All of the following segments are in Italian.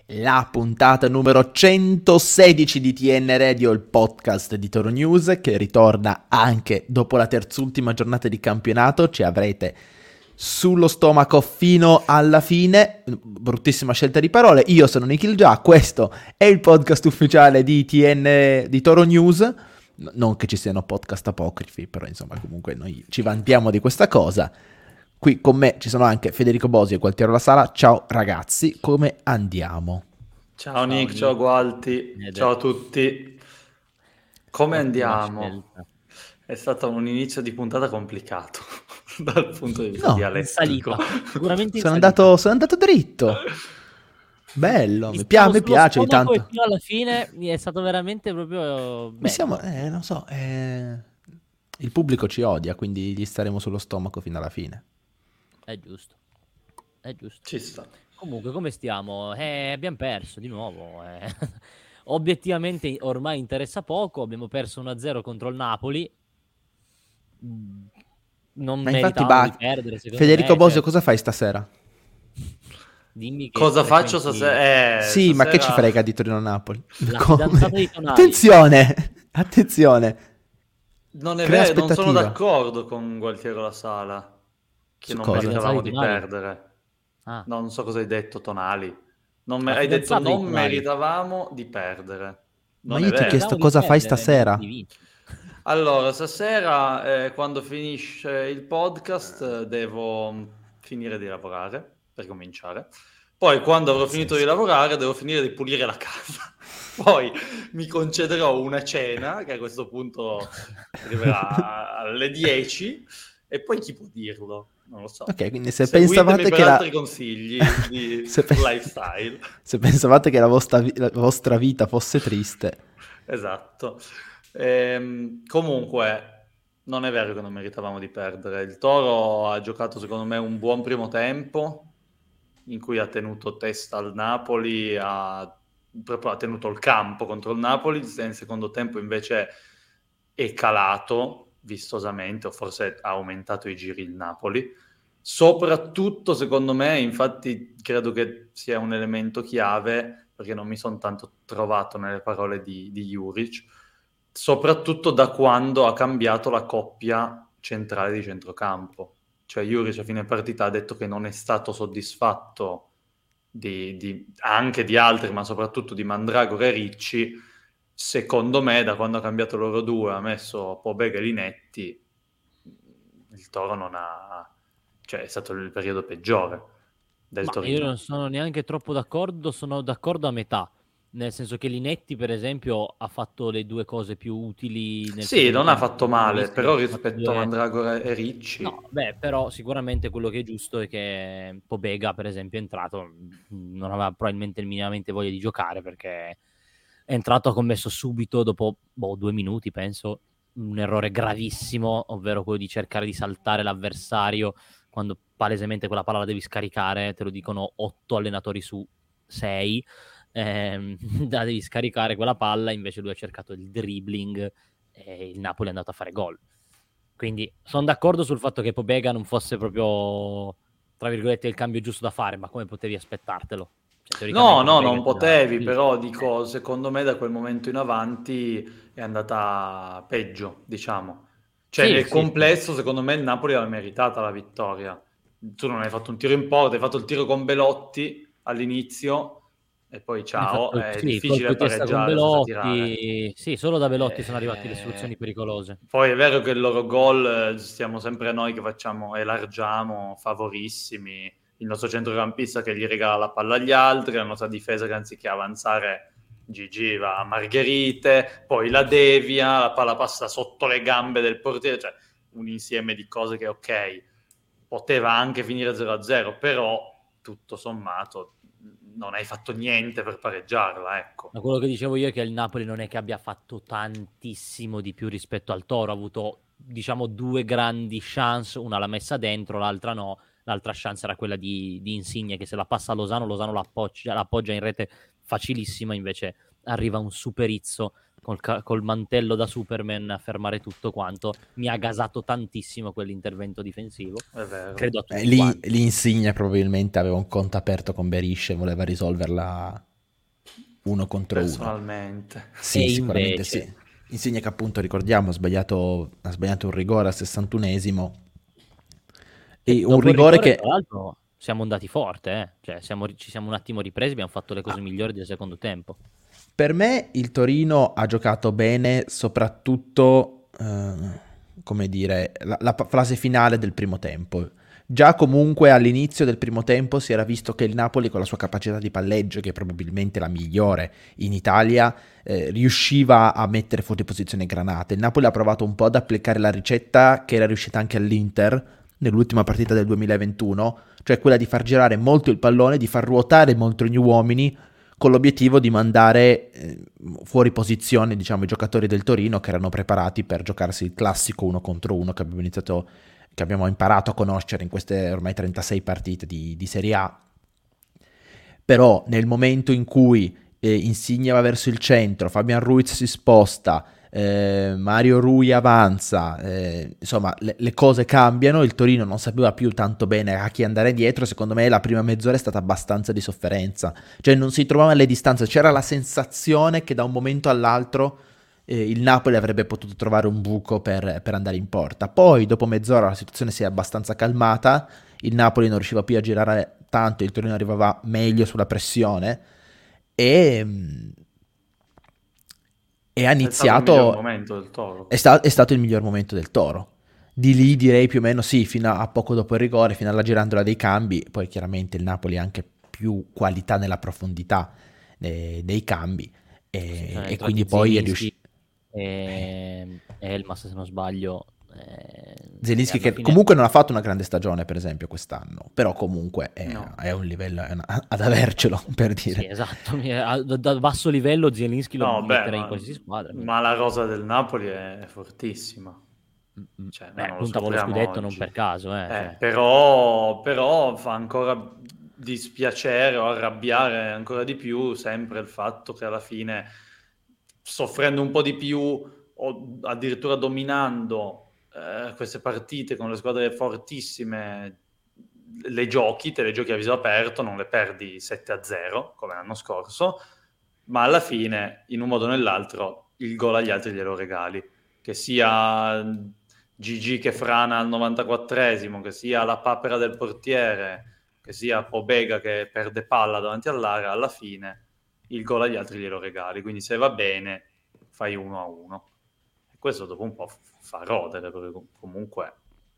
La puntata numero 116 di TN Radio, il podcast di Toro News, che ritorna anche dopo la terzultima giornata di campionato. Ci avrete sullo stomaco fino alla fine. Bruttissima scelta di parole. Io sono Nikhil Gia, questo è il podcast ufficiale di TN di Toro News. Non che ci siano podcast apocrifi, però insomma comunque noi ci vantiamo di questa cosa. Qui con me ci sono anche Federico Bosi e Gualtiero La Sala. Ciao ragazzi, come andiamo? Ciao Nick, ciao Gualti, ciao a tutti. Come andiamo? È stato un inizio di puntata complicato dal punto di vista dialettico. Sicuramente sono andato dritto. Bello, mi piace tanto. Fino alla fine è stato veramente proprio bello. Non so, il pubblico ci odia, quindi gli staremo sullo stomaco fino alla fine. È giusto. Ci sta. Comunque, come stiamo? Abbiamo perso di nuovo. Obiettivamente ormai interessa poco. Abbiamo perso 1-0 contro il Napoli. Non meritavamo di perdere, Federico Bosio, cosa fai stasera? Dimmi che cosa faccio stasera? Sì, stasera... ma che ci frega di Torino-Napoli? La fidanzata di Tonali. Attenzione. Non è vero, non sono d'accordo con Gualtiero La Sala. Che non meritavamo di perdere. No, non so cosa hai detto, Tonali. Hai detto non meritavamo di perdere. Ma io ti ho chiesto cosa fai stasera. Allora, stasera, quando finisce il podcast, devo finire di lavorare, per cominciare. Poi, quando avrò finito di lavorare, devo finire di pulire la casa. Poi mi concederò una cena, che a questo punto arriverà alle 10, e poi chi può dirlo? Non lo so. Ok, quindi se pensavate che altri consigli di lifestyle. Se pensavate che la vostra vita fosse triste. Esatto. Comunque, non è vero che non meritavamo di perdere. Il Toro ha giocato, secondo me, un buon primo tempo, in cui ha tenuto testa al Napoli, proprio ha tenuto il campo contro il Napoli. Nel secondo tempo, invece, è calato vistosamente, o forse ha aumentato i giri il Napoli. Soprattutto, secondo me, infatti, credo che sia un elemento chiave, perché non mi sono tanto trovato nelle parole di Juric, soprattutto da quando ha cambiato la coppia centrale di centrocampo. Cioè Juric a fine partita ha detto che non è stato soddisfatto anche di altri, ma soprattutto di Mandragora e Ricci. Secondo me, da quando ha cambiato loro due, ha messo Pobega e Linetti, il Toro non ha... Cioè, è stato il periodo peggiore del Torino. Io non sono neanche troppo d'accordo, sono d'accordo a metà. Nel senso che Linetti, per esempio, ha fatto le due cose più utili. Sì, non ha fatto male, però rispetto a Mandragora e Ricci... No, però sicuramente quello che è giusto è che Pobega, per esempio, è entrato, non aveva probabilmente minimamente voglia di giocare, perché è entrato, ha commesso subito, dopo 2 minuti, penso, un errore gravissimo, ovvero quello di cercare di saltare l'avversario quando palesemente quella palla la devi scaricare, te lo dicono 8 allenatori su 6, la devi scaricare quella palla, invece lui ha cercato il dribbling e il Napoli è andato a fare gol. Quindi sono d'accordo sul fatto che Pobega non fosse proprio, tra virgolette, il cambio giusto da fare, ma come potevi aspettartelo? Cioè, no, non potevi, però dico, secondo me da quel momento in avanti è andata peggio, diciamo. Cioè nel complesso, secondo me il Napoli aveva meritata la vittoria. Tu non hai fatto un tiro in porta, hai fatto il tiro con Belotti all'inizio e poi ciao, è difficile pareggiare senza tirare. Sì, solo da Belotti sono arrivate le soluzioni pericolose. Poi è vero che il loro gol stiamo sempre noi che facciamo, elargiamo, favorissimi, il nostro centrocampista che gli regala la palla agli altri, la nostra difesa che anziché avanzare Gigi va a Margherite, poi la devia, la palla passa sotto le gambe del portiere, cioè un insieme di cose che ok, poteva anche finire 0-0, però tutto sommato non hai fatto niente per pareggiarla, ecco. Ma quello che dicevo io è che il Napoli non è che abbia fatto tantissimo di più rispetto al Toro, ha avuto, diciamo, 2 grandi chance, una l'ha messa dentro, l'altra no. L'altra chance era quella di Insigne, che se la passa a Lozano l'appoggia in rete facilissima, invece arriva un superizzo col mantello da Superman a fermare tutto quanto. Mi ha gasato tantissimo quell'intervento difensivo. È vero. Credo a tutti L'Insigne probabilmente aveva un conto aperto con Berisha e voleva risolverla uno contro uno. Personalmente. Sì, E sicuramente invece... sì. Insigne che appunto ricordiamo ha sbagliato un rigore al 61esimo. E un Dopo il rigore rigore, tra che l'altro, siamo andati forte, eh. Cioè, ci siamo un attimo ripresi, abbiamo fatto le cose migliori del secondo tempo. per me il Torino ha giocato bene, soprattutto, come dire, la fase finale del primo tempo. Già comunque all'inizio del primo tempo si era visto che il Napoli con la sua capacità di palleggio, che è probabilmente la migliore in Italia, riusciva a mettere fuori posizione Granate. Il Napoli ha provato un po' ad applicare la ricetta che era riuscita anche all'Inter nell'ultima partita del 2021, cioè quella di far girare molto il pallone, di far ruotare molto gli uomini, con l'obiettivo di mandare fuori posizione, diciamo, i giocatori del Torino che erano preparati per giocarsi il classico uno contro uno che abbiamo imparato a conoscere in queste ormai 36 partite di Serie A. Però nel momento in cui Insigne va verso il centro, Fabian Ruiz si sposta, Mario Rui avanza, insomma le cose cambiano, il Torino non sapeva più tanto bene a chi andare dietro, secondo me la prima mezz'ora è stata abbastanza di sofferenza, cioè non si trovava alle distanze, c'era la sensazione che da un momento all'altro il Napoli avrebbe potuto trovare un buco per andare in porta. Poi dopo mezz'ora la situazione si è abbastanza calmata, il Napoli non riusciva più a girare tanto, il Torino arrivava meglio sulla pressione e, e ha È stato il miglior iniziato, momento del Toro. è stato il miglior momento del Toro. Di lì direi più o meno sì, fino a poco dopo il rigore, fino alla girandola dei cambi, poi chiaramente il Napoli ha anche più qualità nella profondità dei cambi Sì, sono e quindi entrati poi è Zielinski riuscito... e Elmas, se non sbaglio, e Zelinski alla che fine... comunque non ha fatto una grande stagione per esempio quest'anno, però comunque No. è un livello ad avercelo per Sì, dire. esatto. Da basso livello Zielinski lo No, beh, metterei in qualsiasi squadra. ma la rosa del Napoli è fortissima. Cioè, noi Beh, non lo puntavo allo scopriamo scudetto non oggi. per caso, cioè. Però fa ancora dispiacere o arrabbiare ancora di più sempre il fatto che alla fine, soffrendo un po' di più o addirittura dominando queste partite con le squadre fortissime, te le giochi a viso aperto, non le perdi 7-0 come l'anno scorso, ma alla fine, in un modo o nell'altro, il gol agli altri glielo regali. Che sia Gigi che frana al 94esimo, che sia la papera del portiere, che sia Pobega che perde palla davanti all'area, alla fine il gol agli altri glielo regali. Quindi se va bene, fai 1-1. E questo dopo un po' fa rodere, perché comunque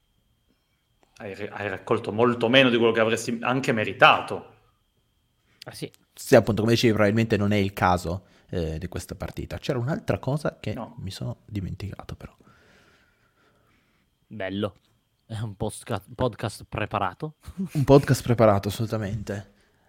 hai raccolto molto meno di quello che avresti anche meritato. Ah, sì, Sì, appunto, come dicevi, probabilmente non è il caso di questa partita. C'era un'altra cosa che No. mi sono dimenticato, però. bello. È un podcast preparato. Un podcast preparato, assolutamente.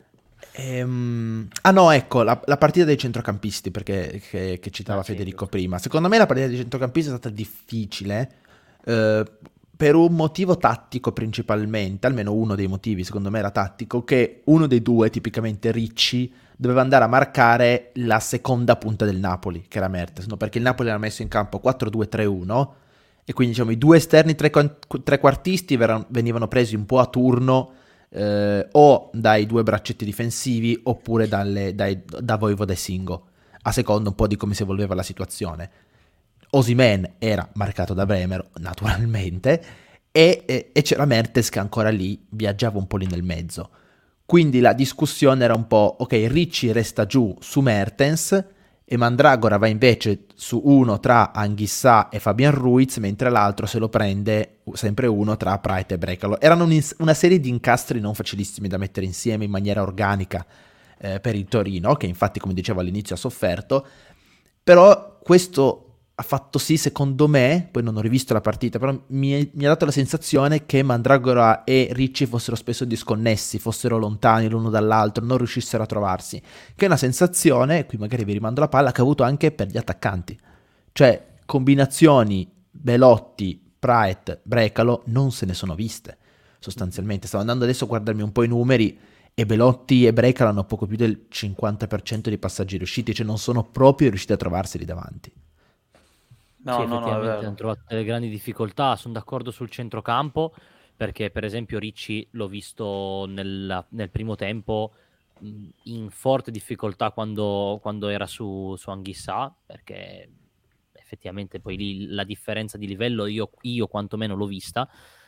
Ah no, ecco, la partita dei centrocampisti, perché che citava Sì, Federico giusto. prima. Secondo me la partita dei centrocampisti è stata difficile eh, per un motivo tattico principalmente, almeno uno dei motivi secondo me era tattico, che uno dei due, tipicamente Ricci, doveva andare a marcare la seconda punta del Napoli, che era Mertens, no? Perché il Napoli aveva messo in campo 4-2-3-1 e quindi diciamo i due esterni trequartisti venivano presi un po' a turno o dai due braccetti difensivi oppure da Voivoda e Singo, a seconda un po' di come si evolveva la situazione. Osimhen era marcato da Bremer, naturalmente, e c'era Mertens che ancora lì viaggiava un po' lì nel mezzo. Quindi la discussione era un po', ok, Ricci resta giù su Mertens e Mandragora va invece su uno tra Anghissà e Fabian Ruiz, mentre l'altro se lo prende sempre uno tra Praet e Brecalo. Erano una serie di incastri non facilissimi da mettere insieme in maniera organica per il Torino, che infatti, come dicevo all'inizio, ha sofferto, però questo ha fatto sì, secondo me, poi non ho rivisto la partita, però mi ha dato la sensazione che Mandragora e Ricci fossero spesso disconnessi, fossero lontani l'uno dall'altro, non riuscissero a trovarsi, che è una sensazione, qui magari vi rimando la palla, che ho avuto anche per gli attaccanti. Cioè, combinazioni Belotti, Praet, Brecalo non se ne sono viste, sostanzialmente. Stavo andando adesso a guardarmi un po' i numeri e Belotti e Brecalo hanno poco più del 50% di passaggi riusciti, cioè non sono proprio riusciti a trovarsi lì davanti. Sì, No, è effettivamente hanno vero. trovato delle grandi difficoltà. Sono d'accordo sul centrocampo perché, per esempio, Ricci l'ho visto nel primo tempo in forte difficoltà quando era su Anghissà, perché effettivamente poi lì la differenza di livello io quantomeno l'ho vista.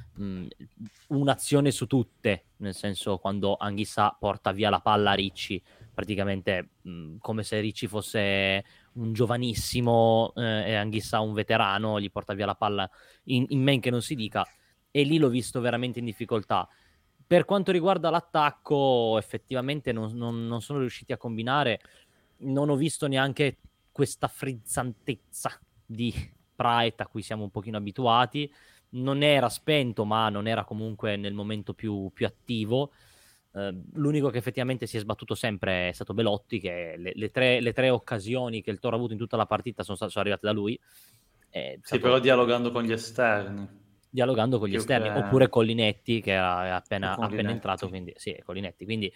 Un'azione su tutte, nel senso quando Anghissà porta via la palla a Ricci, praticamente come se Ricci fosse un giovanissimo e Anghissà un veterano, gli porta via la palla in men che non si dica, e lì l'ho visto veramente in difficoltà. Per quanto riguarda l'attacco, effettivamente non sono riusciti a combinare, non ho visto neanche questa frizzantezza di Praet a cui siamo un pochino abituati. Non era spento, ma non era comunque nel momento più attivo. L'unico che effettivamente si è sbattuto sempre è stato Belotti, che le tre occasioni che il Toro ha avuto in tutta la partita sono arrivate da lui. Sì, però dialogando con gli esterni. Dialogando con gli esterni, oppure con Linetti, che è appena entrato, quindi sì, con Linetti, quindi...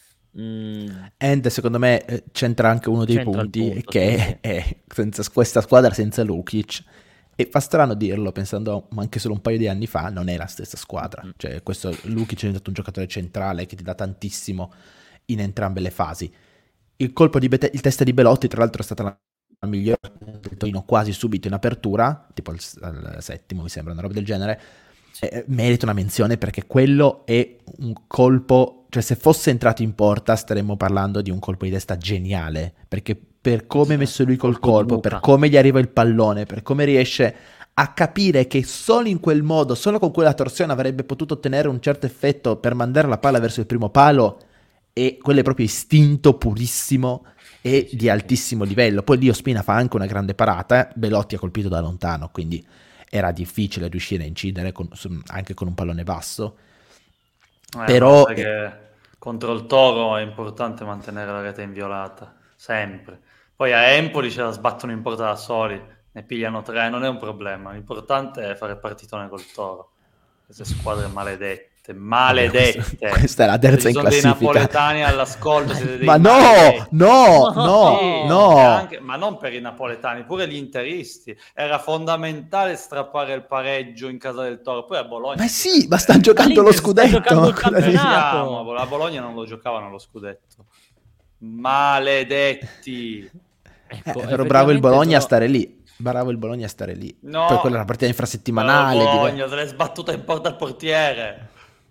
And secondo me c'entra anche uno dei punti che è senza questa squadra, senza Lukic, e fa strano dirlo pensando anche solo un paio di anni fa non è la stessa squadra, cioè questo Lukic è diventato un giocatore centrale che ti dà tantissimo in entrambe le fasi. Il colpo il testa di Belotti tra l'altro è stata la migliore del Torino quasi subito in apertura, tipo al settimo mi sembra, una roba del genere. Merita una menzione perché quello è un colpo, cioè se fosse entrato in porta staremmo parlando di un colpo di testa geniale, perché per come è messo lui col colpo, per come gli arriva il pallone, per come riesce a capire che solo in quel modo, solo con quella torsione avrebbe potuto ottenere un certo effetto per mandare la palla verso il primo palo, e quello è proprio istinto purissimo e di altissimo livello. Poi lì Ospina fa anche una grande parata, Belotti ha colpito da lontano, quindi era difficile riuscire a incidere anche con un pallone basso. Però che contro il Toro è importante mantenere la rete inviolata, sempre. Poi a Empoli ce la sbattono in porta da soli, ne pigliano 3, non è un problema. L'importante è fare partitone col Toro. Queste squadre maledette. Questa è la terza in classifica. Ci sono dei napoletani all'ascolto, siete dei ma no. Anche, ma non per i napoletani, pure gli interisti. Era fondamentale strappare il pareggio in casa del Toro. Poi a Bologna. Ma sì, ma stanno giocando lo scudetto. A Bologna non lo giocavano lo scudetto. Maledetti. Però bravo il Bologna a stare lì. No, poi quella è una partita infrasettimanale. Bologna se l'è sbattuta in porta al portiere.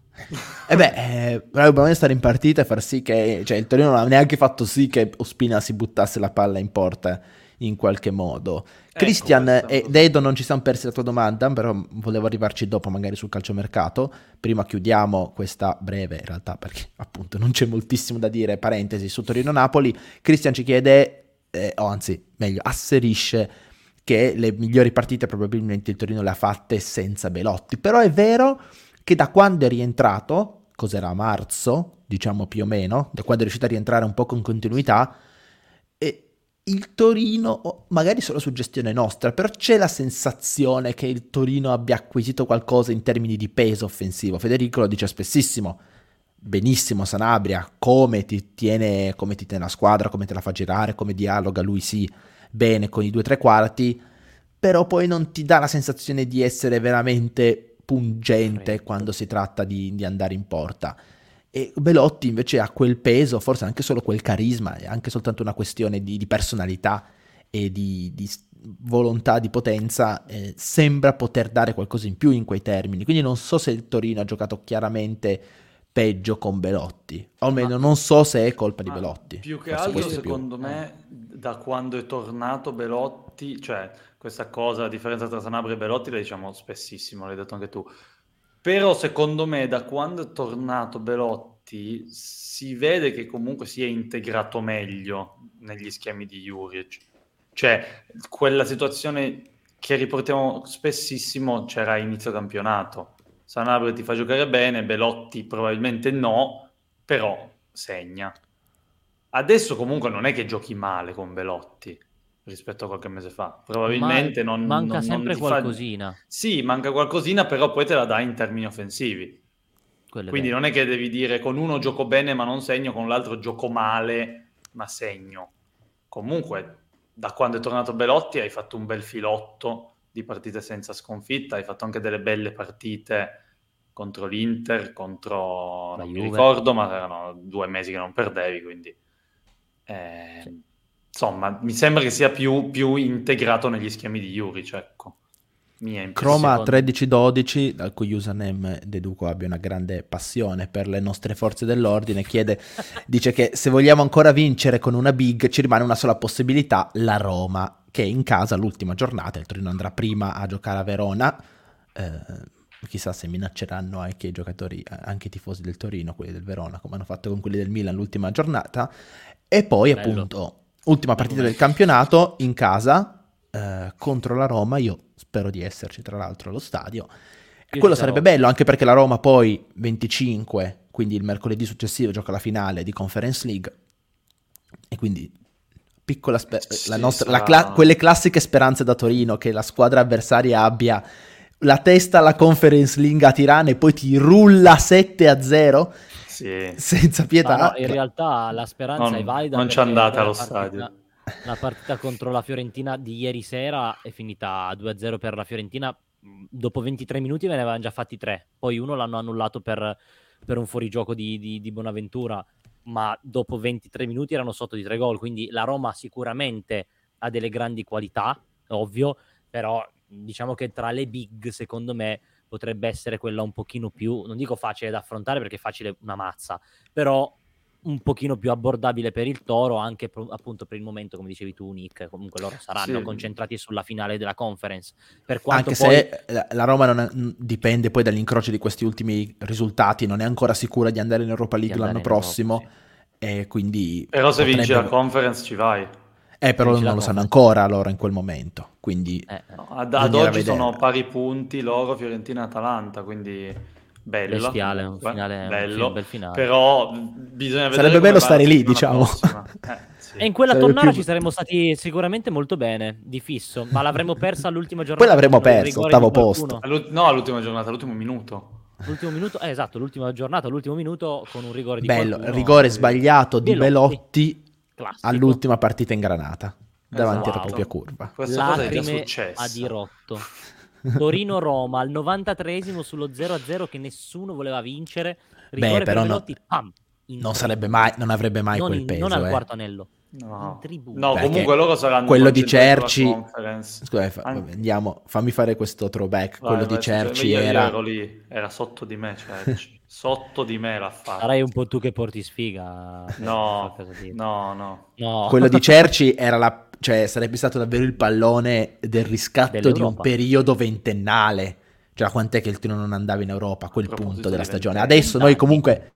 Bravo il Bologna a stare in partita e far sì che, cioè, il Torino non ha neanche fatto sì che Ospina si buttasse la palla in porta in qualche modo. Christian e Dedo non ci siamo persi la tua domanda, però volevo arrivarci dopo magari sul calciomercato. Prima chiudiamo questa breve in realtà, perché appunto non c'è moltissimo da dire, parentesi su Torino-Napoli. Christian ci chiede, o anzi meglio asserisce che le migliori partite probabilmente il Torino le ha fatte senza Belotti, però è vero che da quando è rientrato, cos'era a marzo, diciamo più o meno, da quando è riuscito a rientrare un po' con continuità, il Torino, magari solo su gestione nostra, però c'è la sensazione che il Torino abbia acquisito qualcosa in termini di peso offensivo. Federico lo dice spessissimo, benissimo Sanabria, come ti tiene la squadra, come te la fa girare, come dialoga lui sì, bene con i 2 3/4, però poi non ti dà la sensazione di essere veramente pungente quando si tratta di andare in porta. E Belotti invece ha quel peso, forse anche solo quel carisma, è anche soltanto una questione di personalità e di volontà, di potenza, sembra poter dare qualcosa in più in quei termini, quindi non so se il Torino ha giocato chiaramente peggio con Belotti, o almeno non so se è colpa di Belotti. Più che altro secondo me da quando è tornato Belotti, cioè questa cosa, la differenza tra Sanabria e Belotti la diciamo spessissimo, l'hai detto anche tu, però secondo me da quando è tornato Belotti si vede che comunque si è integrato meglio negli schemi di Juric, cioè quella situazione che riportiamo spessissimo c'era a inizio campionato. Sanabria ti fa giocare bene, Belotti probabilmente no, però segna. Adesso comunque non è che giochi male con Belotti rispetto a qualche mese fa. Probabilmente manca sempre qualcosina. Sì, manca qualcosina, però poi te la dai in termini offensivi. Quindi non è che devi dire con uno gioco bene ma non segno, con l'altro gioco male ma segno. Comunque, da quando è tornato Belotti hai fatto un bel filotto di partite senza sconfitta, hai fatto anche delle belle partite contro l'Inter, contro non mi ricordo, ma erano 2 mesi che non perdevi, quindi insomma mi sembra che sia più integrato negli schemi di Juric, ecco. Croma 1312, dal cui username deduco abbia una grande passione per le nostre forze dell'ordine, dice che se vogliamo ancora vincere con una big ci rimane una sola possibilità, la Roma, che è in casa l'ultima giornata. Il Torino andrà prima a giocare a Verona, chissà se minacceranno anche i giocatori, anche i tifosi del Torino, quelli del Verona, come hanno fatto con quelli del Milan l'ultima giornata. E poi appunto ultima partita del campionato in casa contro la Roma. Io spero di esserci tra l'altro allo stadio, e quello sarebbe bello, anche perché la Roma poi 25, quindi il mercoledì successivo, gioca la finale di Conference League, e quindi piccola quelle classiche speranze da Torino, che la squadra avversaria abbia la testa alla Conference League a Tirana e poi ti rulla 7-0 senza pietà. No, in realtà la speranza è valida, non ci andate allo stadio. La partita contro la Fiorentina di ieri sera è finita 2-0 per la Fiorentina. Dopo 23 minuti ve ne avevano già fatti 3, poi uno l'hanno annullato per un fuorigioco di Bonaventura, ma dopo 23 minuti erano sotto di 3 gol, quindi la Roma sicuramente ha delle grandi qualità, ovvio, però diciamo che tra le big secondo me potrebbe essere quella un pochino più, non dico facile da affrontare perché facile una mazza, però un pochino più abbordabile per il Toro, anche appunto per il momento, come dicevi tu Nick, comunque loro saranno concentrati sulla finale della Conference, per quanto anche poi... se la Roma dipende poi dall'incrocio di questi ultimi risultati, non è ancora sicura di andare in Europa League l'anno prossimo, e quindi però se vinci la Conference ci vai. Però non lo sanno ancora loro in quel momento, quindi ad oggi sono pari punti loro, Fiorentina e Atalanta, quindi bello, bestiale, un bel finale. Però bisogna vedere, sarebbe bello stare lì, diciamo. E in quella tonnara ci saremmo stati sicuramente molto bene, di fisso, ma l'avremmo persa all'ultima giornata. Poi l'avremmo perso, ottavo posto. No, all'ultima giornata, all'ultimo minuto. L'ultimo minuto, esatto, l'ultima giornata, l'ultimo minuto con un rigore di qualcuno. Rigore sbagliato di Belotti classico. All'ultima partita in Granata, davanti alla propria curva. Questa cosa è già successa. A dirotto. Torino-Roma al 93esimo sullo 0-0 che nessuno voleva vincere. Rigore però per Belotti, pam, non avrebbe mai quel peso. Non al quarto anello. No, in tribuna. Comunque loro saranno quello di Cerci. Scusa, andiamo, fammi fare questo throwback. Quello di Cerci ero lì, era sotto di me Cerci. Sotto di me l'ha fatto. Sarai un po' tu che porti sfiga. No. Quello di Cerci era sarebbe stato davvero il pallone del riscatto di un periodo ventennale. Cioè, quant'è che il Torino non andava in Europa a quel punto della stagione? Adesso noi comunque...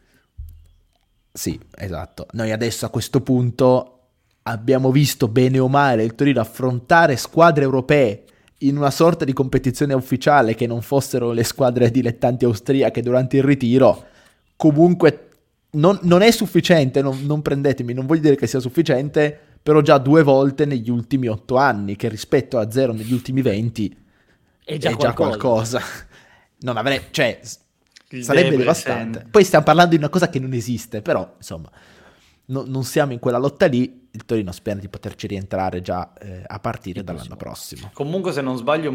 Sì, esatto. Noi adesso a questo punto abbiamo visto bene o male il Torino affrontare squadre europee in una sorta di competizione ufficiale che non fossero le squadre dilettanti austriache durante il ritiro. Comunque non è sufficiente, non prendetemi, non voglio dire che sia sufficiente, però già 2 volte negli ultimi 8 anni, che rispetto a 0 negli ultimi 20 è già qualcosa. Non avrei... sarebbe devastante. Poi stiamo parlando di una cosa che non esiste, però insomma non siamo in quella lotta lì. Il Torino spera di poterci rientrare già a partire dall'anno prossimo. Comunque, se non sbaglio,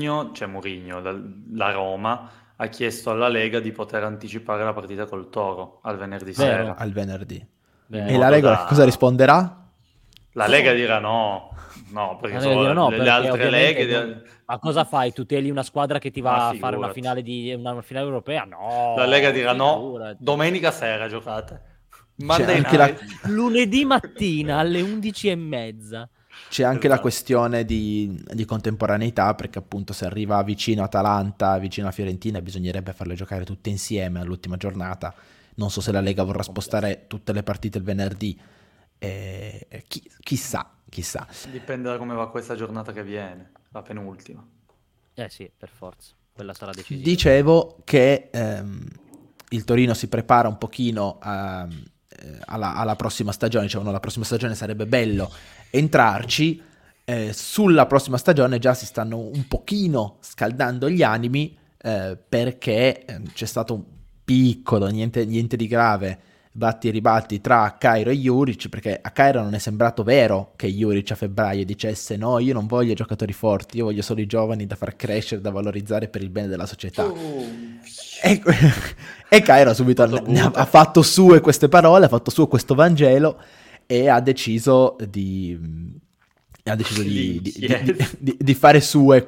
la Roma ha chiesto alla Lega di poter anticipare la partita col Toro al venerdì sera. Al venerdì. E la Lega cosa risponderà? La Lega dirà no, perché sono le altre leghe. Ma cosa fai? Tuteli una squadra che ti va a fare una finale europea? No. La Lega dirà no, domenica sera giocate. Lunedì mattina alle 11:30. C'è anche la questione di contemporaneità, perché appunto se arriva vicino Atalanta, vicino a Fiorentina, bisognerebbe farle giocare tutte insieme all'ultima giornata. Non so se la Lega vorrà spostare tutte le partite il venerdì. Chissà. Dipende da come va questa giornata che viene, la penultima. Sì, per forza, quella sarà decisiva. Dicevo che il Torino si prepara un pochino alla prossima stagione, la prossima stagione sarebbe bello entrarci. Sulla prossima stagione già si stanno un pochino scaldando gli animi, perché c'è stato un piccolo, niente di grave, batti e ribatti tra Cairo e Juric, perché a Cairo non è sembrato vero che Juric a febbraio dicesse no, io non voglio giocatori forti, io voglio solo i giovani da far crescere, da valorizzare per il bene della società. E Cairo subito ha fatto sue queste parole, ha fatto suo questo Vangelo e ha deciso di fare sua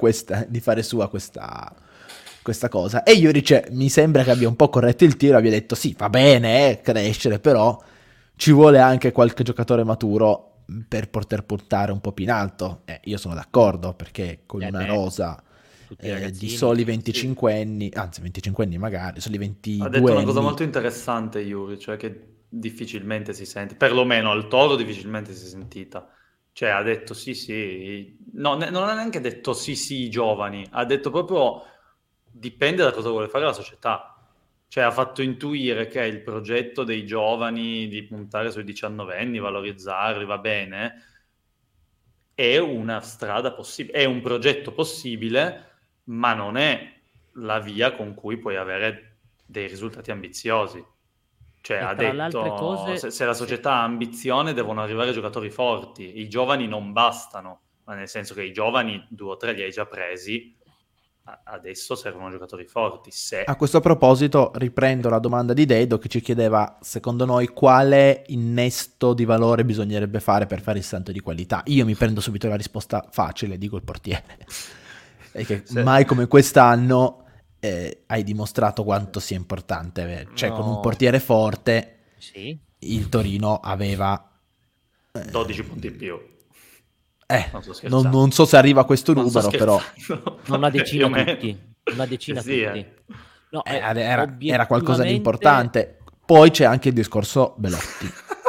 questa cosa. E Juric mi sembra che abbia un po' corretto il tiro, abbia detto sì, va bene, crescere, però ci vuole anche qualche giocatore maturo per poter portare un po' più in alto. Io sono d'accordo, perché con una rosa di soli 25 anni, anzi 25 anni magari, soli 22 ha detto una anni. cosa molto interessante Juric, cioè che difficilmente si sente, perlomeno al Toro difficilmente si è sentita. Cioè ha detto sì, no, non ha neanche detto sì i giovani, ha detto proprio dipende da cosa vuole fare la società. Cioè ha fatto intuire che il progetto dei giovani di puntare sui 19enni, valorizzarli, va bene, è una strada possibile, è un progetto possibile, ma non è la via con cui puoi avere dei risultati ambiziosi. Cioè ha tra le altre detto cose, se la società ha ambizione devono arrivare giocatori forti, i giovani non bastano, ma nel senso che i giovani 2 o 3 li hai già presi, adesso servono giocatori forti. A questo proposito riprendo la domanda di Dedo che ci chiedeva secondo noi quale innesto di valore bisognerebbe fare per fare il salto di qualità. Io mi prendo subito la risposta facile, dico il portiere. Perché mai come quest'anno hai dimostrato quanto sia importante. Cioè con un portiere forte il Torino aveva 12 punti in più. Non so se arriva a questo numero, però una decina tutti. Una decina tutti. No, era qualcosa di importante. Poi c'è anche il discorso Belotti.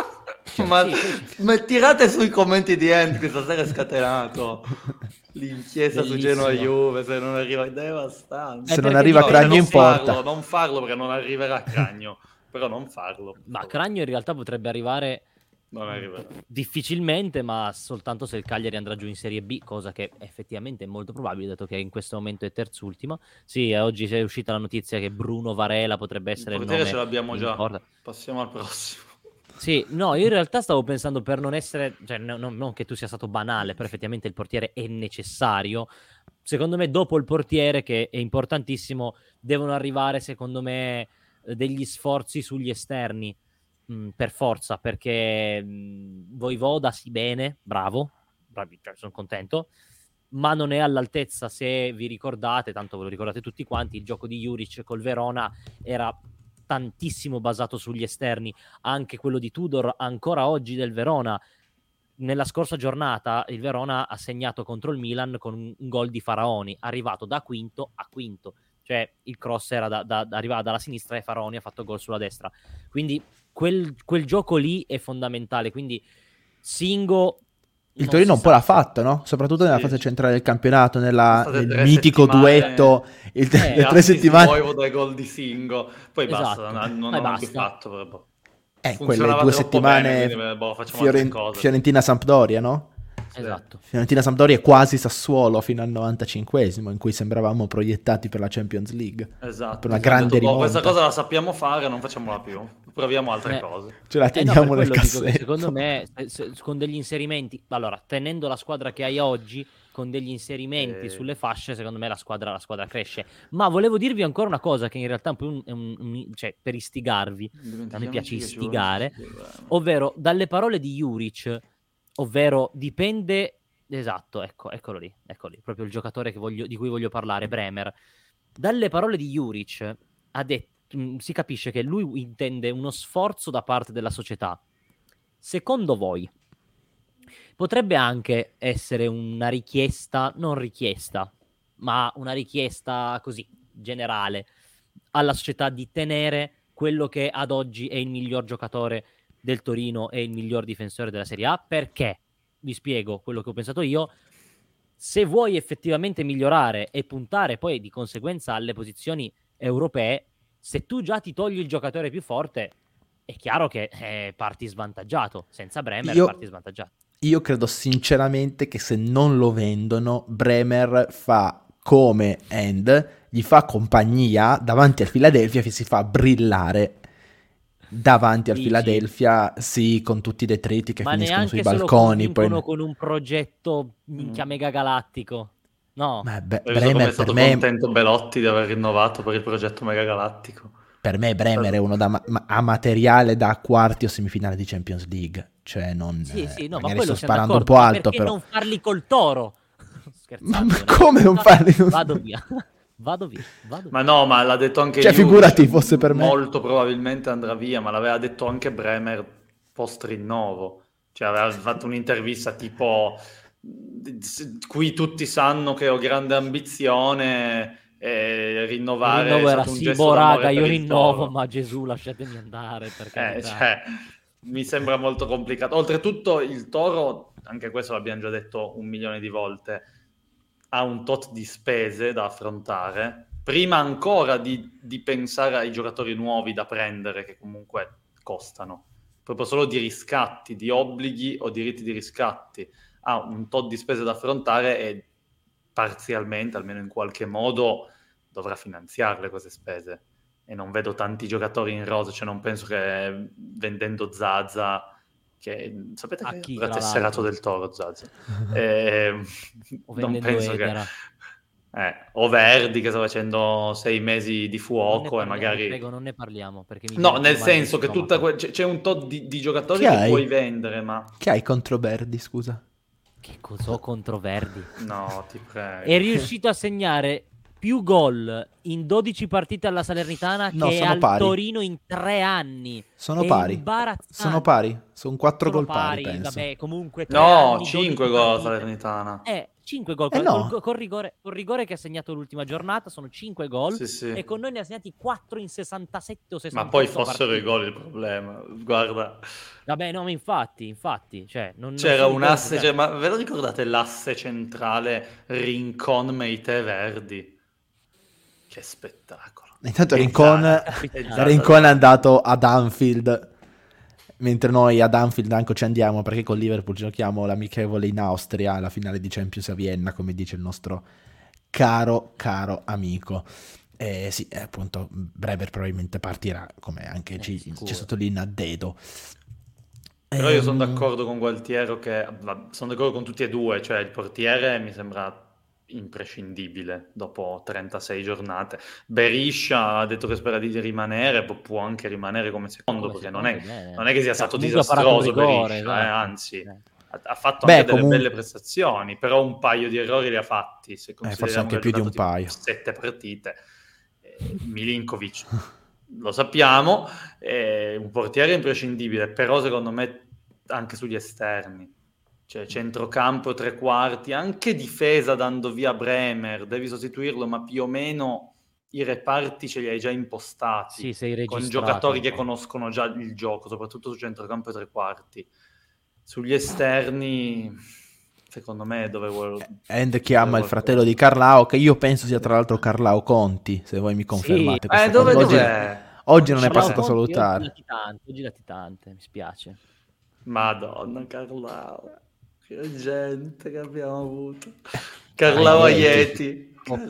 Ma tirate sui commenti di Ent, questa sera è scatenato. L'inchiesta su Genoa Juve, se non arriva, devastante. Se non arriva Cragno in porta. Non farlo perché non arriverà Cragno, però non farlo. Ma Cragno in realtà potrebbe arrivare difficilmente, ma soltanto se il Cagliari andrà giù in Serie B, cosa che effettivamente è molto probabile, dato che in questo momento è terzultimo. Sì, oggi è uscita la notizia che Bruno Varela potrebbe essere il nome. Ce l'abbiamo già. Passiamo al prossimo. Sì, no, io in realtà stavo pensando, per non essere, cioè non che tu sia stato banale, però effettivamente il portiere è necessario. Secondo me dopo il portiere, che è importantissimo, devono arrivare secondo me degli sforzi sugli esterni, per forza, perché Voivoda sì, bene, bravi, cioè, sono contento, ma non è all'altezza. Se vi ricordate, tanto ve lo ricordate tutti quanti, il gioco di Juric col Verona era tantissimo basato sugli esterni, anche quello di Tudor ancora oggi del Verona. Nella scorsa giornata il Verona ha segnato contro il Milan con un gol di Faraoni, arrivato da quinto a quinto, cioè il cross era arrivava dalla sinistra e Faraoni ha fatto gol sulla destra, quindi quel gioco lì è fondamentale. Quindi Singo il Torino un po' l'ha fatto, no? Soprattutto nella fase centrale del campionato, nel mitico duetto, le 3 settimane. Poi dai gol di Singo, poi basta, non hanno più fatto. Quelle 2 settimane Fiorentina-Sampdoria, no? Esatto. Fiorentina-Sampdoria è quasi Sassuolo fino al 95esimo, in cui sembravamo proiettati per la Champions League. Esatto. Per una grande rimonta. Questa cosa la sappiamo fare, non facciamola più. Proviamo altre cose. Ce la teniamo nel cassetto. Secondo me, con degli inserimenti, allora, tenendo la squadra che hai oggi, con degli inserimenti sulle fasce, secondo me la squadra cresce. Ma volevo dirvi ancora una cosa, che in realtà è un po' cioè, per istigarvi, a me piace istigare, ovvero dalle parole di Juric, ovvero dipende, esatto, eccolo lì, proprio il giocatore di cui voglio parlare, Bremer. Dalle parole di Juric ha detto, si capisce che lui intende uno sforzo da parte della società. Secondo voi potrebbe anche essere una richiesta, non richiesta, ma una richiesta così generale alla società di tenere quello che ad oggi è il miglior giocatore del Torino e il miglior difensore della Serie A? Perché, vi spiego quello che ho pensato io, se vuoi effettivamente migliorare e puntare poi di conseguenza alle posizioni europee, se tu già ti togli il giocatore più forte, è chiaro che parti svantaggiato. Senza Bremer parti svantaggiato. Io credo sinceramente che se non lo vendono, Bremer fa come End, gli fa compagnia davanti al Philadelphia, che si fa brillare davanti al Philadelphia, sì, con tutti i detriti che finiscono sui balconi. Ma neanche con un progetto minchia mega galattico. No, Bremer come è per stato me, contento Belotti di aver rinnovato per il progetto Mega Galattico. per me Bremer è uno a materiale da quarti o semifinale di Champions League. Cioè, non, sì, no, ma magari quello sto siamo sparando un d'accordo, po' ma alto, perché però. non farli col Toro? Scherzando, Ma come non farli? Vado via. Vado via. Ma no, ma l'ha detto anche Cioè, Juric, figurati fosse per me. molto probabilmente andrà via, ma l'aveva detto anche Bremer post rinnovo. Cioè aveva fatto un'intervista tipo qui tutti sanno che ho grande ambizione e Il rinnovare è rinnovo era stato un sì, gesto d'amore raga, per io il rinnovo, Toro. ma Gesù lasciatemi andare, per carità. Cioè, mi sembra molto complicato. Oltretutto il Toro, anche questo l'abbiamo già detto 1 milione di volte, ha un tot di spese da affrontare, prima ancora di pensare ai giocatori nuovi da prendere, che comunque costano. Proprio solo di riscatti, di obblighi o diritti di riscatti. Ha un tot di spese da affrontare e parzialmente, almeno in qualche modo, dovrà finanziarle queste spese. E non vedo tanti giocatori in rosa, cioè non penso che vendendo Zaza, che sapete A che chi, era tra tesserato l'altro? del Toro Zaza, O non vendendo penso Edera. o Verdi che sta facendo 6 mesi di Non ne fuoco e parliamo, magari prego, non ne parliamo, perché mi no, viene nel pure male allo senso che stomaco. c'è un tot di giocatori Chi che hai? puoi vendere, ma Che hai contro Verdi, scusa? Che cos'ho contro Verdi? no, ti È prego. riuscito a segnare più gol in 12 partite alla Salernitana No, che sono al pari. Torino in 3 anni. Sono È pari. Sono imbarazzante. pari. Sono 4 Sono gol pari, pari, penso. vabbè, comunque 3 No, anni, 5 12 gol alla partite. Salernitana. 5 gol Eh no. col rigore che ha segnato l'ultima giornata, sono 5 gol Sì, sì. e con noi ne ha segnati 4 in 67 o 68 Ma poi fossero partite. i gol il problema. Guarda, Vabbè, no, ma infatti, cioè, non c'era sono i un gol il asse, problema. ma ve lo ricordate l'asse centrale Rincon Meite Verdi? Che spettacolo. Intanto E Rincon Zaza è andato ad Anfield, mentre noi ad Anfield anche ci andiamo perché con Liverpool giochiamo l'amichevole in Austria, la finale di Champions a Vienna, come dice il nostro caro amico. Sì, appunto, Bremer probabilmente partirà, come anche ci Sicuro. sottolinea Dedo. Però io sono d'accordo con Gualtiero sono d'accordo con tutti e due, cioè il portiere mi sembra imprescindibile dopo 36 giornate. Beriscia ha detto che spera di rimanere, può anche rimanere come secondo, perché non è che sia stato comunque ha parato un disastroso rigore, Beriscia, esatto. anzi ha fatto Beh, anche delle comunque- belle prestazioni, però un paio di errori li ha fatti, se forse consideriamo anche che ha più di un giocato paio. 7 partite. Milinkovic lo sappiamo, è un portiere imprescindibile, però secondo me anche sugli esterni, cioè centrocampo, tre quarti, anche difesa dando via Bremer, devi sostituirlo, ma più o meno i reparti ce li hai già impostati, Sì, sei registrato. con giocatori che conoscono già il gioco, soprattutto su centrocampo e tre quarti. Sugli esterni, secondo me è dove vuole... And chiama il fratello di Carlao, che io penso sia tra l'altro Carlao Conti, se voi mi confermate questa cosa. Oggi non è passato a salutare. Oggi latitante, mi spiace. Madonna, Carlao, che gente che abbiamo avuto. Carlao Aieti.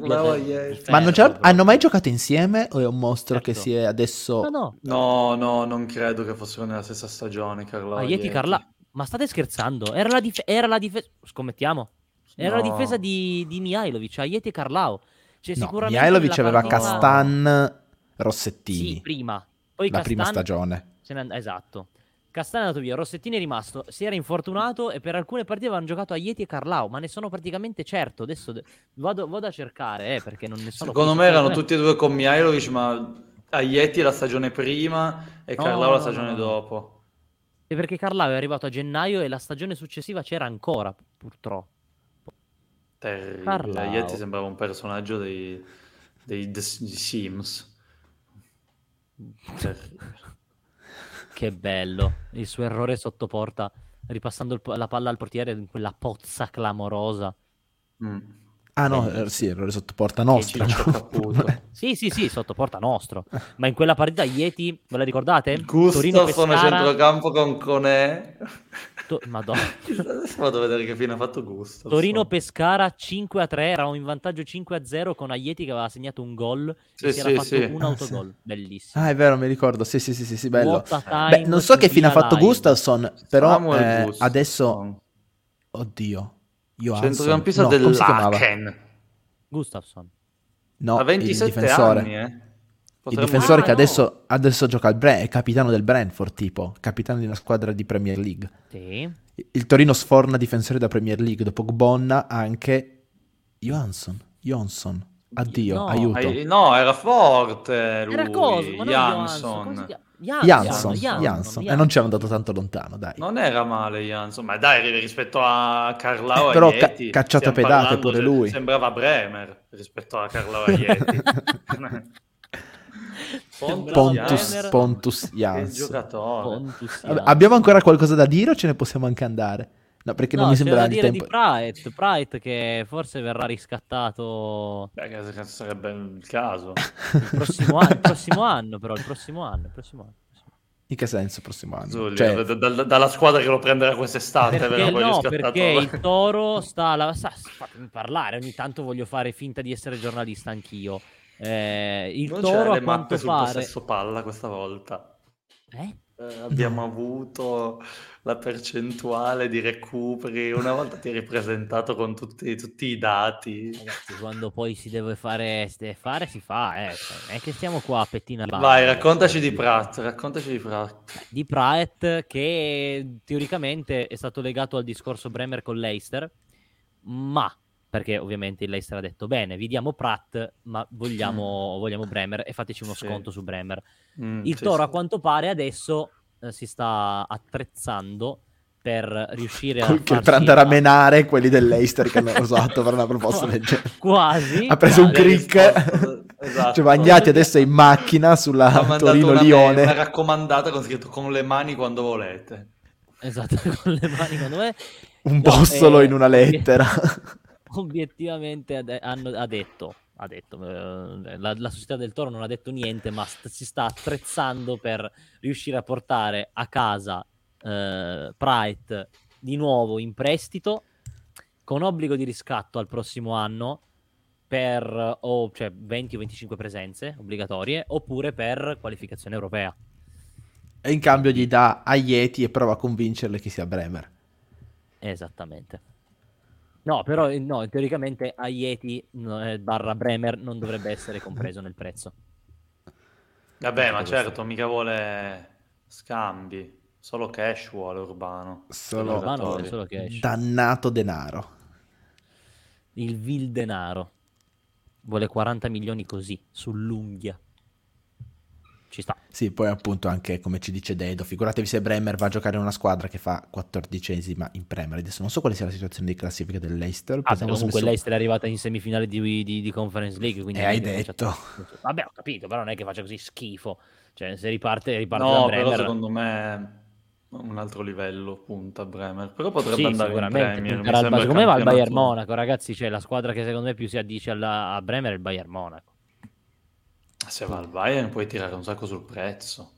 Ma hanno mai giocato insieme o è un mostro che si è adesso... No, non credo che fossero nella stessa stagione, Carlao Aieti. Ma state scherzando? Era la difesa... Scommettiamo? Era la difesa di Mihajlovic, Aieti e Carlao. Cioè, sicuramente Mihajlovic aveva partita... Castan, Rossettini. Sì, prima. Poi la prima stagione. Esatto. Castan è andato via, Rossettini è rimasto, si era infortunato e per alcune partite avevano giocato Aieti e Carlao, ma ne sono praticamente certo. Adesso vado a cercare, perché non ne sono... Secondo me erano tutti e due con Mihajlovic, ma Aieti la stagione prima e Carlao la stagione dopo. E perché Carlao è arrivato a gennaio e la stagione successiva c'era ancora, purtroppo. Terribile. Aieti sembrava un personaggio dei Sims. Che bello. Il suo errore sotto porta, ripassando la palla al portiere in quella pozza clamorosa. Ah no, sì, errore sotto porta nostra. Sì, sotto porta nostro. Ma in quella partita Aieti, ve la ricordate? Gustafson a centrocampo con Conè. Madonna. Adesso vado a vedere che fine ha fatto Gustafson. Torino-Pescara 5-3, eravamo in vantaggio 5-0 con Aieti che aveva segnato un gol e si era fatto un autogol. Bellissimo. Ah, è vero, mi ricordo. Sì, bello. Beh, non so che fine ha fatto Gustafson, però adesso... Oddio. Centrocampista dell'Aachen. Gustafsson. No, a 27 anni, Il difensore che adesso gioca è capitano del Brentford, tipo, capitano di una squadra di Premier League. Sì. Il Torino sforna difensori da Premier League, dopo Gbonna anche Johansson. Addio, No. aiuto. No, era forte lui. Era cosa? Ma non Jansson. E non ci hanno andato tanto lontano, dai. Non era male Jansson, ma dai, rispetto a Carlau però Aieti, cacciato a pedate pure lui. Sembrava Bremer rispetto a Carlau Aieti. Pontus Jansson. Che giocatore. Abbiamo ancora qualcosa da dire o ce ne possiamo anche andare? No, perché non mi sembra da il dire tempo. Di Praet che forse verrà riscattato. Beh, che sarebbe il caso. Il prossimo anno. In che senso prossimo anno? Zulli, dalla squadra che lo prenderà quest'estate. Perché il Toro fatemi parlare, ogni tanto voglio fare finta di essere giornalista anch'io. Il non Toro c'è a quanto sul pare possesso palla questa volta. Abbiamo avuto la percentuale di recuperi. Una volta ti hai ripresentato con tutti i dati. Ragazzi, quando poi si deve fare si fa. Non è che stiamo qua a pettinare. Vai, raccontaci di Pratt. Di Pratt, che teoricamente è stato legato al discorso Bremer con Leicester, ma perché ovviamente il Leicester ha detto bene, vi diamo Pratt, ma vogliamo Bremer e fateci uno sconto su Bremer. Il Toro a quanto pare adesso si sta attrezzando per riuscire per andare a menare quelli del Leicester che hanno usato per una proposta del genere. Quasi. Ha preso un crick. Esatto. Cioè Bagnati adesso è in macchina sulla Torino-Lione. Una raccomandata con scritto con le mani quando volete. Esatto, con le mani quando volete. Un bossolo in una lettera. Obiettivamente ha detto la società del Toro non ha detto niente, ma si sta attrezzando per riuscire a portare a casa Praet di nuovo in prestito con obbligo di riscatto al prossimo anno per 20 o 25 presenze obbligatorie oppure per qualificazione europea, e in cambio gli dà Aieti e prova a convincerle che sia Bremer. Esattamente. No, però teoricamente Aieti barra Bremer non dovrebbe essere compreso nel prezzo. Vabbè, ma certo, mica vuole scambi, solo cash vuole Urbano. Solo cash. Dannato denaro. Il vil denaro. Vuole 40 milioni così, sull'unghia. Ci sta. Sì, poi appunto anche come ci dice Dedo, figuratevi se Bremer va a giocare in una squadra che fa 14esima in Premier. Adesso non so quale sia la situazione di classifica del Leicester. Comunque Leicester è arrivata in semifinale di Conference League, quindi hai detto. Vabbè, ho capito, però non è che faccia così schifo. Cioè, se riparte no, da Bremer. Però secondo me un altro livello punta Bremer, però potrebbe andare sicuramente in Premier. Secondo me va al Bayern Monaco, ragazzi, cioè la squadra che secondo me più si addice a Bremer è il Bayern Monaco. Se va al Bayern puoi tirare un sacco sul prezzo.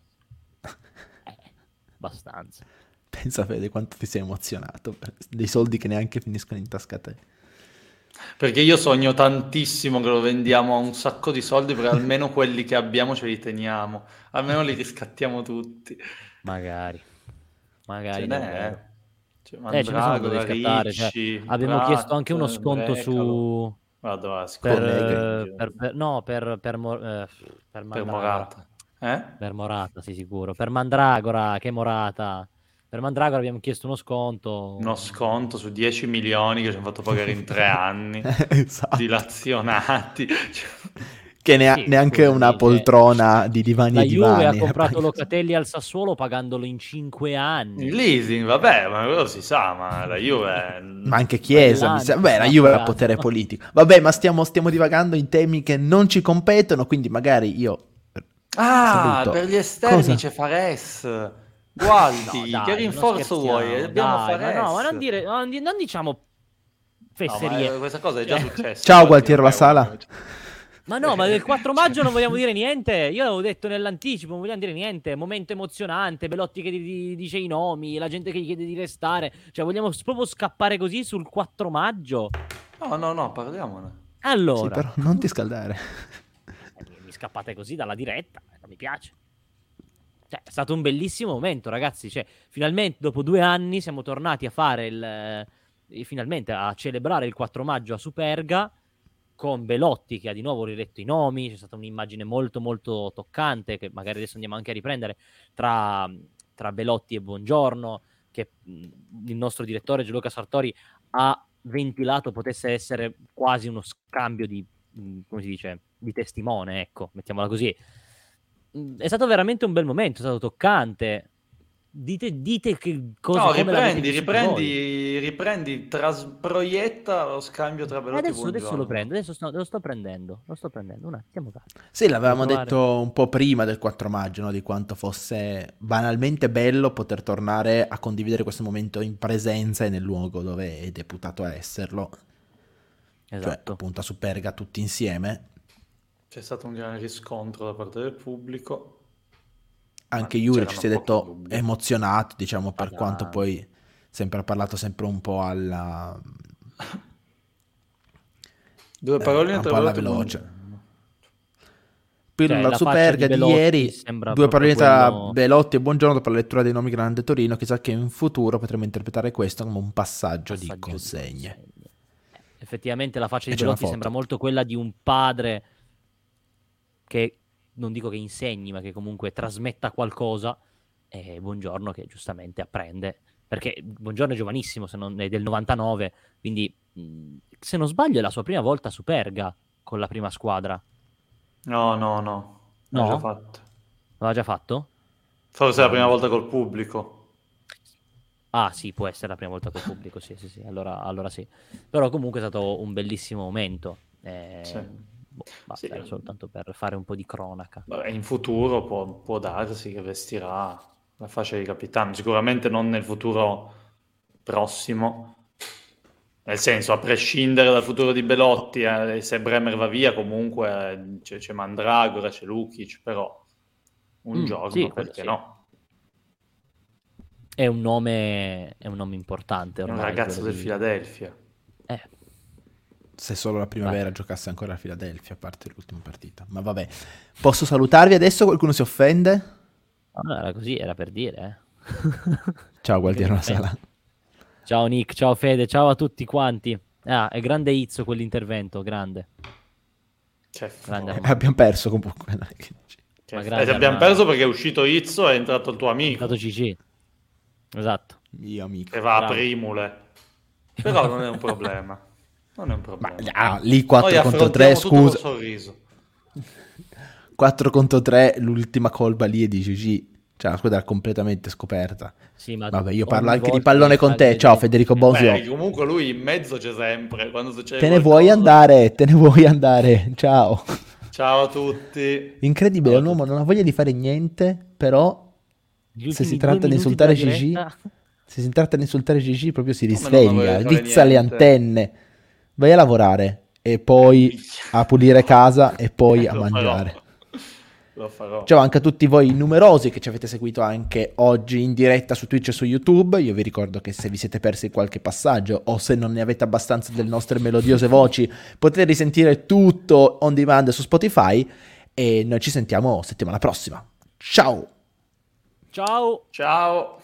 Abbastanza. Pensa Fede quanto ti sei emozionato per dei soldi che neanche finiscono in tasca a te. Perché io sogno tantissimo che lo vendiamo a un sacco di soldi, perché almeno quelli che abbiamo ce li teniamo, almeno li riscattiamo tutti. Magari ce n'è. Ce ne sono da riscattare. Ricci, abbiamo chiesto anche uno sconto su per Morata. Per Morata, sì, sicuro. Per Mandragora, che Morata. Per Mandragora abbiamo chiesto uno sconto. Uno sconto su 10 milioni che ci hanno fatto pagare in 3 anni. Esatto. Dilazionati. Che neanche una poltrona di divani la e divani. La Juve ha comprato Locatelli al Sassuolo pagandolo in 5 anni. Il leasing, vabbè, ma quello si sa, ma la Juve... ma anche Chiesa, la Juve ha potere politico. Vabbè, ma stiamo divagando in temi che non ci competono, quindi magari io... saluto. Per gli esterni c'è Fares. Guardi, che rinforzo vuoi? Abbiamo Fares. Ma non diciamo fesserie. No, questa cosa è già successa. Ciao Gualtiero La Sala. Ma no, ma del 4 maggio non vogliamo dire niente. Io l'avevo detto nell'anticipo, non vogliamo dire niente. Momento emozionante, Belotti che dice i nomi, la gente che gli chiede di restare. Cioè, vogliamo proprio scappare così sul 4 maggio? No, parliamone. Allora. Sì, però non ti scaldare. Mi scappate così dalla diretta, non mi piace. Cioè, è stato un bellissimo momento, ragazzi. Cioè, finalmente, dopo 2 anni, siamo tornati a fare finalmente a celebrare il 4 maggio a Superga. con Belotti che ha di nuovo riletto i nomi. C'è stata un'immagine molto molto toccante che magari adesso andiamo anche a riprendere tra Belotti e Buongiorno, che il nostro direttore Gianluca Sartori ha ventilato potesse essere quasi uno scambio di, come si dice, di testimone, ecco, mettiamola così. È stato veramente un bel momento, è stato toccante. Dite che cosa. No, come riprendi, proietta lo scambio tra Belotti e adesso lo Buongiorno. prendo, lo sto prendendo, un attimo. Sì, l'avevamo detto un po' prima del 4 maggio, no? Di quanto fosse banalmente bello poter tornare a condividere questo momento in presenza e nel luogo dove è deputato a esserlo. Esatto. Cioè, appunto a Superga tutti insieme. C'è stato un gran riscontro da parte del pubblico. Anche Juric si è detto emozionato, diciamo, per quanto poi sempre ha parlato sempre un po' alla... Due parole un po' alla veloce. Cioè, la Superga di ieri, due parole tra Belotti e Buongiorno per la lettura dei nomi Grande Torino, chissà che in futuro potremo interpretare questo come un passaggio di consegne. Effettivamente la faccia di Belotti sembra molto quella di un padre che, non dico che insegni, ma che comunque trasmetta qualcosa, e Buongiorno che giustamente apprende, perché Buongiorno è giovanissimo, se non è del 99, quindi se non sbaglio è la sua prima volta a Superga con la prima squadra. No. L'ha già fatto. L'ha già fatto? Forse è la prima volta col pubblico. Ah sì, può essere la prima volta col pubblico, sì, allora sì. Però comunque è stato un bellissimo momento. Basta, era soltanto per fare un po' di cronaca. Vabbè, in futuro può darsi che vestirà la fascia di capitano, sicuramente non nel futuro prossimo, nel senso, a prescindere dal futuro di Belotti, se Bremer va via comunque c'è Mandragora, c'è Lukic, però un giorno, sì, perché sì. no? È un nome importante ormai. È un ragazzo del Philadelphia. Se solo la primavera giocasse ancora a Philadelphia, a parte l'ultima partita. Ma vabbè, posso salutarvi adesso? Qualcuno si offende? No, era così, era per dire. Ciao Gualtiero Sala. Ciao Nick, ciao Fede, ciao a tutti quanti. È grande Izzo quell'intervento, grande. Grande abbiamo perso comunque. Abbiamo perso perché è uscito Izzo e è entrato il tuo amico. È entrato CC. Esatto. Mio amico. Che va a Primule. Però non è un problema. Non è un problema. Ma, lì 4 contro 3, scusa. 4 contro 3, l'ultima colpa lì è di Gigi. Cioè la squadra è completamente scoperta. Sì, ma vabbè, io parlo anche di pallone con te. Ciao Federico Bosio. Comunque lui in mezzo c'è sempre. Te ne vuoi andare? Ciao. Ciao a tutti. Incredibile, un uomo non ha voglia di fare niente, però se si tratta di insultare Gigi, proprio si risveglia, rizza le antenne. Vai a lavorare e poi a pulire casa e poi a mangiare. Lo farò. Ciao anche a tutti voi numerosi che ci avete seguito anche oggi in diretta su Twitch e su YouTube. Io vi ricordo che se vi siete persi qualche passaggio o se non ne avete abbastanza delle nostre melodiose voci, potete risentire tutto on demand su Spotify e noi ci sentiamo settimana prossima. Ciao! Ciao! Ciao!